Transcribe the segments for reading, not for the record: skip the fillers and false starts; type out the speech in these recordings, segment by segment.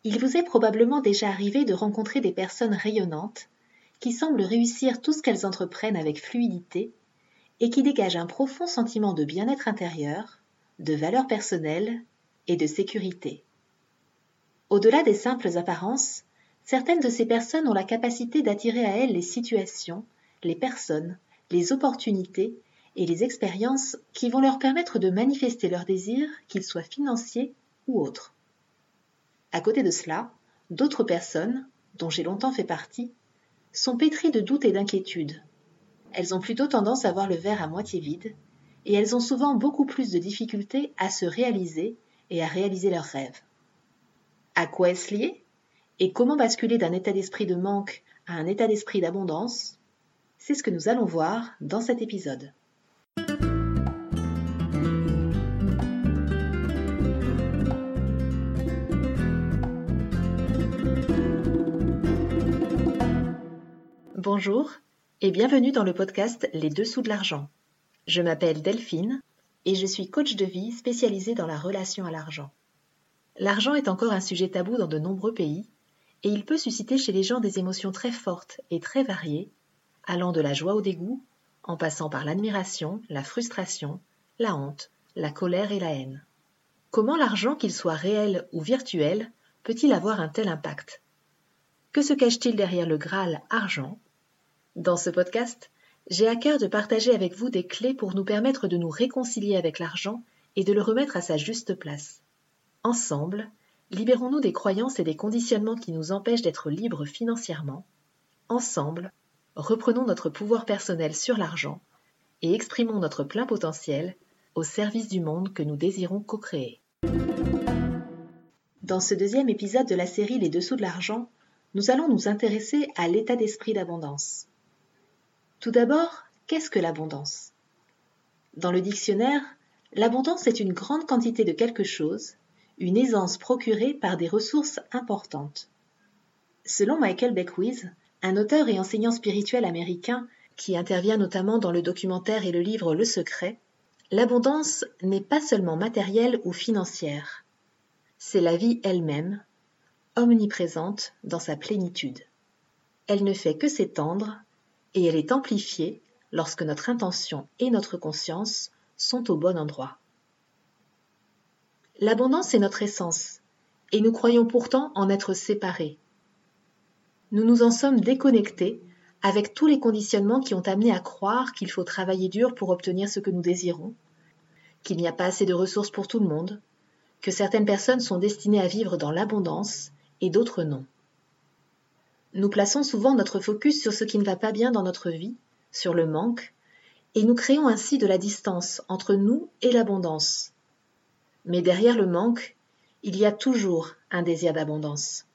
Il vous est probablement déjà arrivé de rencontrer des personnes rayonnantes qui semblent réussir tout ce qu'elles entreprennent avec fluidité et qui dégagent un profond sentiment de bien-être intérieur, de valeur personnelle et de sécurité. Au-delà des simples apparences, certaines de ces personnes ont la capacité d'attirer à elles les situations, les personnes, les opportunités et les expériences qui vont leur permettre de manifester leurs désirs, qu'ils soient financiers ou autres. À côté de cela, d'autres personnes, dont j'ai longtemps fait partie, sont pétries de doutes et d'inquiétudes. Elles ont plutôt tendance à voir le verre à moitié vide, et elles ont souvent beaucoup plus de difficultés à se réaliser et à réaliser leurs rêves. À quoi est-ce lié? Et comment basculer d'un état d'esprit de manque à un état d'esprit d'abondance? C'est ce que nous allons voir dans cet épisode. Bonjour et bienvenue dans le podcast Les Dessous de l'argent. Je m'appelle Delphine et je suis coach de vie spécialisée dans la relation à l'argent. L'argent est encore un sujet tabou dans de nombreux pays et il peut susciter chez les gens des émotions très fortes et très variées, allant de la joie au dégoût, en passant par l'admiration, la frustration, la honte, la colère et la haine. Comment l'argent, qu'il soit réel ou virtuel, peut-il avoir un tel impact? Que se cache-t-il derrière le Graal argent? Dans ce podcast, j'ai à cœur de partager avec vous des clés pour nous permettre de nous réconcilier avec l'argent et de le remettre à sa juste place. Ensemble, libérons-nous des croyances et des conditionnements qui nous empêchent d'être libres financièrement. Ensemble, reprenons notre pouvoir personnel sur l'argent et exprimons notre plein potentiel au service du monde que nous désirons co-créer. Dans ce deuxième épisode de la série Les Dessous de l'argent, nous allons nous intéresser à l'état d'esprit d'abondance. Tout d'abord, qu'est-ce que l'abondance? Dans le dictionnaire, l'abondance est une grande quantité de quelque chose, une aisance procurée par des ressources importantes. Selon Michael Beckwith, un auteur et enseignant spirituel américain qui intervient notamment dans le documentaire et le livre Le Secret, l'abondance n'est pas seulement matérielle ou financière. C'est la vie elle-même, omniprésente dans sa plénitude. Elle ne fait que s'étendre et elle est amplifiée lorsque notre intention et notre conscience sont au bon endroit. L'abondance est notre essence, et nous croyons pourtant en être séparés. Nous nous en sommes déconnectés avec tous les conditionnements qui ont amené à croire qu'il faut travailler dur pour obtenir ce que nous désirons, qu'il n'y a pas assez de ressources pour tout le monde, que certaines personnes sont destinées à vivre dans l'abondance et d'autres non. Nous plaçons souvent notre focus sur ce qui ne va pas bien dans notre vie, sur le manque, et nous créons ainsi de la distance entre nous et l'abondance. Mais derrière le manque, il y a toujours un désir d'abondance.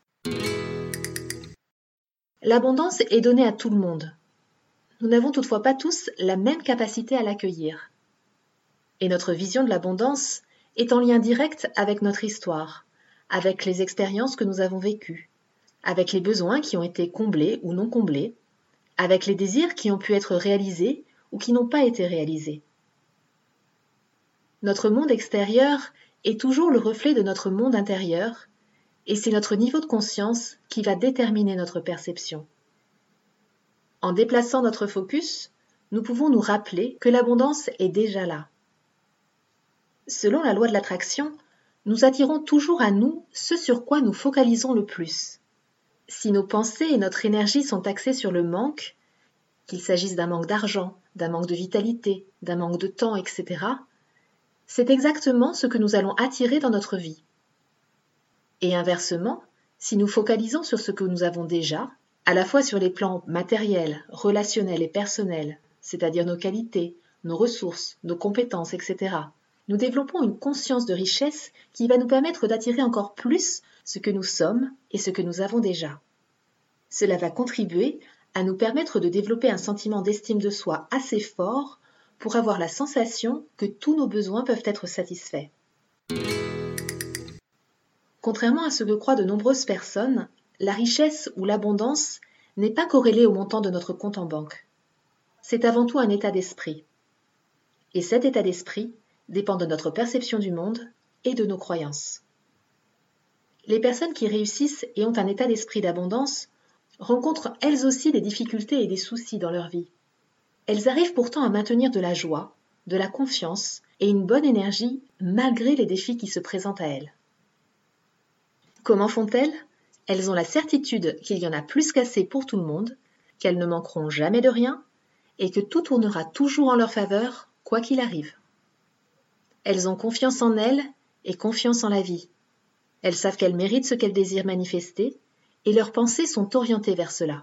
L'abondance est donnée à tout le monde. Nous n'avons toutefois pas tous la même capacité à l'accueillir. Et notre vision de l'abondance est en lien direct avec notre histoire, avec les expériences que nous avons vécues, avec les besoins qui ont été comblés ou non comblés, avec les désirs qui ont pu être réalisés ou qui n'ont pas été réalisés. Notre monde extérieur est toujours le reflet de notre monde intérieur, et c'est notre niveau de conscience qui va déterminer notre perception. En déplaçant notre focus, nous pouvons nous rappeler que l'abondance est déjà là. Selon la loi de l'attraction, nous attirons toujours à nous ce sur quoi nous focalisons le plus. Si nos pensées et notre énergie sont axées sur le manque, qu'il s'agisse d'un manque d'argent, d'un manque de vitalité, d'un manque de temps, etc., c'est exactement ce que nous allons attirer dans notre vie. Et inversement, si nous focalisons sur ce que nous avons déjà, à la fois sur les plans matériels, relationnels et personnels, c'est-à-dire nos qualités, nos ressources, nos compétences, etc., nous développons une conscience de richesse qui va nous permettre d'attirer encore plus ce que nous sommes et ce que nous avons déjà. Cela va contribuer à nous permettre de développer un sentiment d'estime de soi assez fort pour avoir la sensation que tous nos besoins peuvent être satisfaits. Contrairement à ce que croient de nombreuses personnes, la richesse ou l'abondance n'est pas corrélée au montant de notre compte en banque. C'est avant tout un état d'esprit. Et cet état d'esprit dépend de notre perception du monde et de nos croyances. Les personnes qui réussissent et ont un état d'esprit d'abondance rencontrent elles aussi des difficultés et des soucis dans leur vie. Elles arrivent pourtant à maintenir de la joie, de la confiance et une bonne énergie malgré les défis qui se présentent à elles. Comment font-elles ? Elles ont la certitude qu'il y en a plus qu'assez pour tout le monde, qu'elles ne manqueront jamais de rien et que tout tournera toujours en leur faveur, quoi qu'il arrive. Elles ont confiance en elles et confiance en la vie. Elles savent qu'elles méritent ce qu'elles désirent manifester et leurs pensées sont orientées vers cela.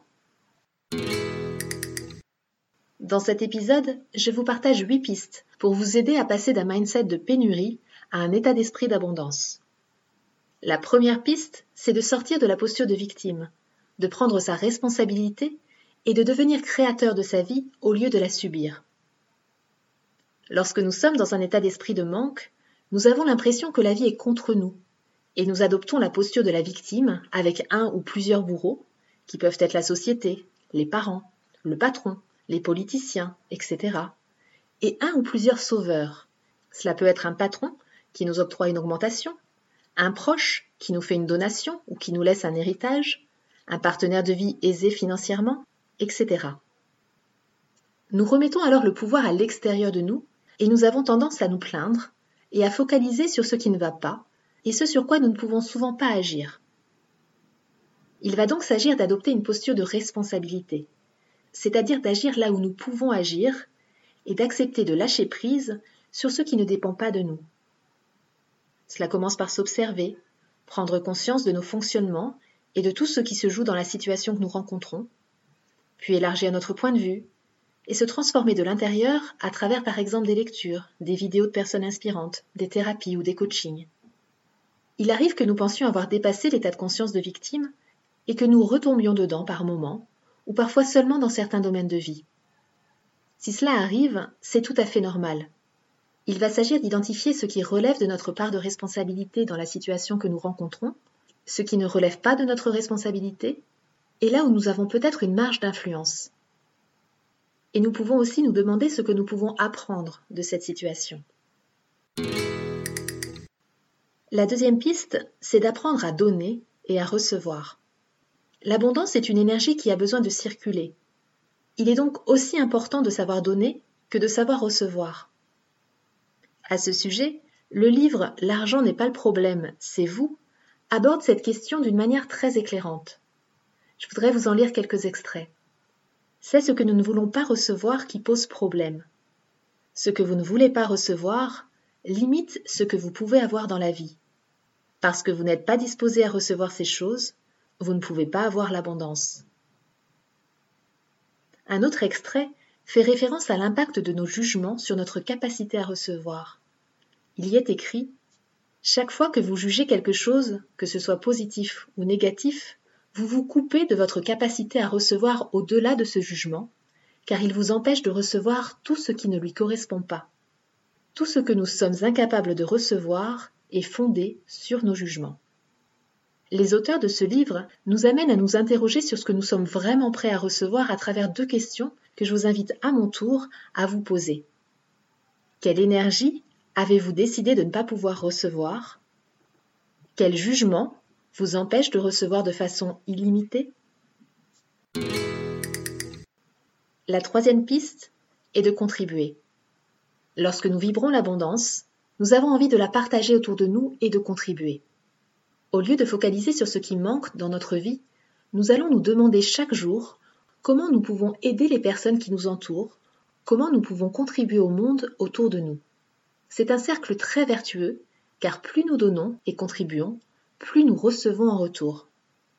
Dans cet épisode, je vous partage 8 pistes pour vous aider à passer d'un mindset de pénurie à un état d'esprit d'abondance. La première piste, c'est de sortir de la posture de victime, de prendre sa responsabilité et de devenir créateur de sa vie au lieu de la subir. Lorsque nous sommes dans un état d'esprit de manque, nous avons l'impression que la vie est contre nous et nous adoptons la posture de la victime avec un ou plusieurs bourreaux, qui peuvent être la société, les parents, le patron, les politiciens, etc. Et un ou plusieurs sauveurs. Cela peut être un patron qui nous octroie une augmentation, un proche qui nous fait une donation ou qui nous laisse un héritage, un partenaire de vie aisé financièrement, etc. Nous remettons alors le pouvoir à l'extérieur de nous et nous avons tendance à nous plaindre et à focaliser sur ce qui ne va pas et ce sur quoi nous ne pouvons souvent pas agir. Il va donc s'agir d'adopter une posture de responsabilité, c'est-à-dire d'agir là où nous pouvons agir et d'accepter de lâcher prise sur ce qui ne dépend pas de nous. Cela commence par s'observer, prendre conscience de nos fonctionnements et de tout ce qui se joue dans la situation que nous rencontrons, puis élargir notre point de vue et se transformer de l'intérieur à travers par exemple des lectures, des vidéos de personnes inspirantes, des thérapies ou des coachings. Il arrive que nous pensions avoir dépassé l'état de conscience de victime et que nous retombions dedans par moments, ou parfois seulement dans certains domaines de vie. Si cela arrive, c'est tout à fait normal. Il va s'agir d'identifier ce qui relève de notre part de responsabilité dans la situation que nous rencontrons, ce qui ne relève pas de notre responsabilité, et là où nous avons peut-être une marge d'influence. Et nous pouvons aussi nous demander ce que nous pouvons apprendre de cette situation. La deuxième piste, c'est d'apprendre à donner et à recevoir. L'abondance est une énergie qui a besoin de circuler. Il est donc aussi important de savoir donner que de savoir recevoir. À ce sujet, le livre « L'argent n'est pas le problème, c'est vous » aborde cette question d'une manière très éclairante. Je voudrais vous en lire quelques extraits. C'est ce que nous ne voulons pas recevoir qui pose problème. Ce que vous ne voulez pas recevoir limite ce que vous pouvez avoir dans la vie. Parce que vous n'êtes pas disposé à recevoir ces choses, vous ne pouvez pas avoir l'abondance. Un autre extrait fait référence à l'impact de nos jugements sur notre capacité à recevoir. Il y est écrit « Chaque fois que vous jugez quelque chose, que ce soit positif ou négatif, vous vous coupez de votre capacité à recevoir au-delà de ce jugement, car il vous empêche de recevoir tout ce qui ne lui correspond pas. Tout ce que nous sommes incapables de recevoir est fondé sur nos jugements. » Les auteurs de ce livre nous amènent à nous interroger sur ce que nous sommes vraiment prêts à recevoir à travers 2 questions que je vous invite à mon tour à vous poser. Quelle énergie avez-vous décidé de ne pas pouvoir recevoir ? Quel jugement vous empêche de recevoir de façon illimitée ? La troisième piste est de contribuer. Lorsque nous vibrons l'abondance, nous avons envie de la partager autour de nous et de contribuer. Au lieu de focaliser sur ce qui manque dans notre vie, nous allons nous demander chaque jour comment nous pouvons aider les personnes qui nous entourent, comment nous pouvons contribuer au monde autour de nous. C'est un cercle très vertueux, car plus nous donnons et contribuons, plus nous recevons en retour.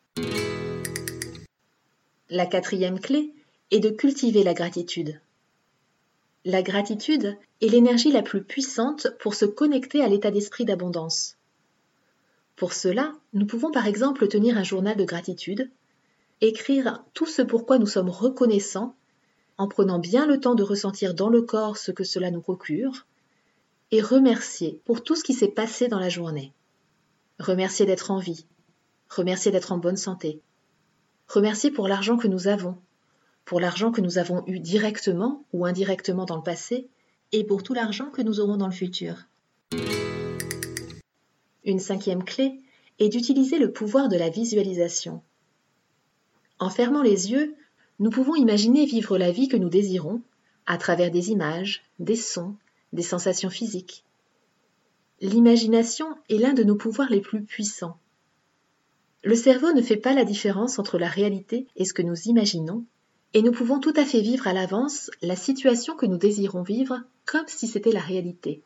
La 4e clé est de cultiver la gratitude. La gratitude est l'énergie la plus puissante pour se connecter à l'état d'esprit d'abondance. Pour cela, nous pouvons par exemple tenir un journal de gratitude, écrire tout ce pourquoi nous sommes reconnaissants, en prenant bien le temps de ressentir dans le corps ce que cela nous procure, et remercier pour tout ce qui s'est passé dans la journée. Remercier d'être en vie, remercier d'être en bonne santé, remercier pour l'argent que nous avons eu directement ou indirectement dans le passé, et pour tout l'argent que nous aurons dans le futur. Une 5e clé est d'utiliser le pouvoir de la visualisation. En fermant les yeux, nous pouvons imaginer vivre la vie que nous désirons à travers des images, des sons, des sensations physiques. L'imagination est l'un de nos pouvoirs les plus puissants. Le cerveau ne fait pas la différence entre la réalité et ce que nous imaginons, et nous pouvons tout à fait vivre à l'avance la situation que nous désirons vivre comme si c'était la réalité.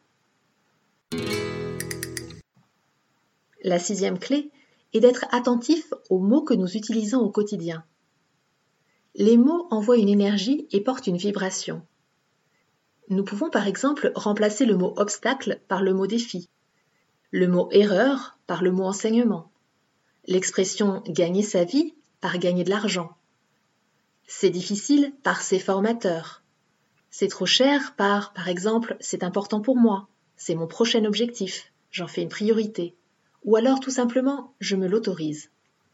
La 6e clé est d'être attentif aux mots que nous utilisons au quotidien. Les mots envoient une énergie et portent une vibration. Nous pouvons par exemple remplacer le mot obstacle par le mot défi, le mot erreur par le mot enseignement, l'expression gagner sa vie par gagner de l'argent, c'est difficile par c'est formateur, c'est trop cher par exemple c'est important pour moi, c'est mon prochain objectif, j'en fais une priorité, ou alors tout simplement je me l'autorise.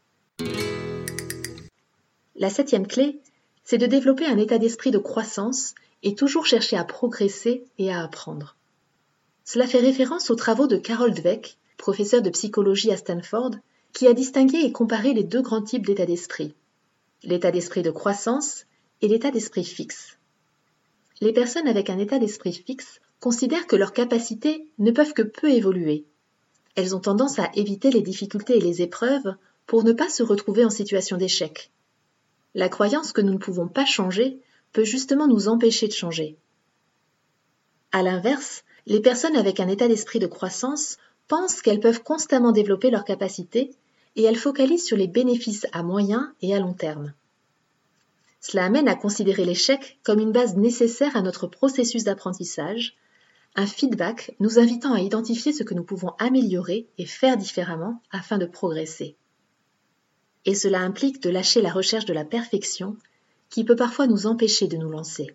La 7e clé, c'est de développer un état d'esprit de croissance et toujours chercher à progresser et à apprendre. Cela fait référence aux travaux de Carol Dweck, professeur de psychologie à Stanford, qui a distingué et comparé les 2 grands types d'état d'esprit, l'état d'esprit de croissance et l'état d'esprit fixe. Les personnes avec un état d'esprit fixe considèrent que leurs capacités ne peuvent que peu évoluer. Elles ont tendance à éviter les difficultés et les épreuves pour ne pas se retrouver en situation d'échec. La croyance que nous ne pouvons pas changer peut justement nous empêcher de changer. À l'inverse, les personnes avec un état d'esprit de croissance pensent qu'elles peuvent constamment développer leurs capacités et elles focalisent sur les bénéfices à moyen et à long terme. Cela amène à considérer l'échec comme une base nécessaire à notre processus d'apprentissage, un feedback nous invitant à identifier ce que nous pouvons améliorer et faire différemment afin de progresser. Et cela implique de lâcher la recherche de la perfection qui peut parfois nous empêcher de nous lancer.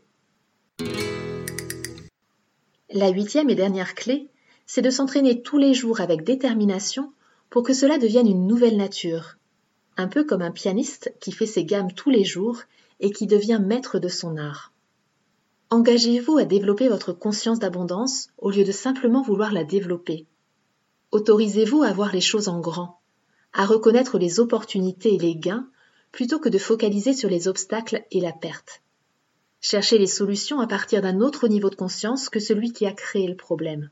La 8e et dernière clé, c'est de s'entraîner tous les jours avec détermination pour que cela devienne une nouvelle nature, un peu comme un pianiste qui fait ses gammes tous les jours et qui devient maître de son art. Engagez-vous à développer votre conscience d'abondance au lieu de simplement vouloir la développer. Autorisez-vous à voir les choses en grand, à reconnaître les opportunités et les gains plutôt que de focaliser sur les obstacles et la perte. Cherchez les solutions à partir d'un autre niveau de conscience que celui qui a créé le problème.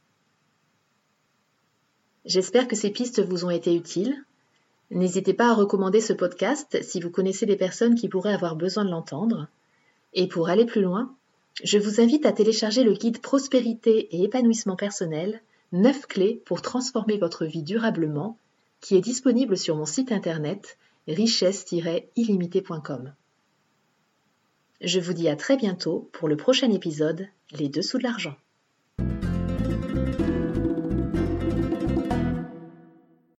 J'espère que ces pistes vous ont été utiles. N'hésitez pas à recommander ce podcast si vous connaissez des personnes qui pourraient avoir besoin de l'entendre. Et pour aller plus loin, je vous invite à télécharger le guide Prospérité et épanouissement personnel, 9 clés pour transformer votre vie durablement, qui est disponible sur mon site internet richesse-illimitée.com. Je vous dis à très bientôt pour le prochain épisode, Les Dessous de l'argent.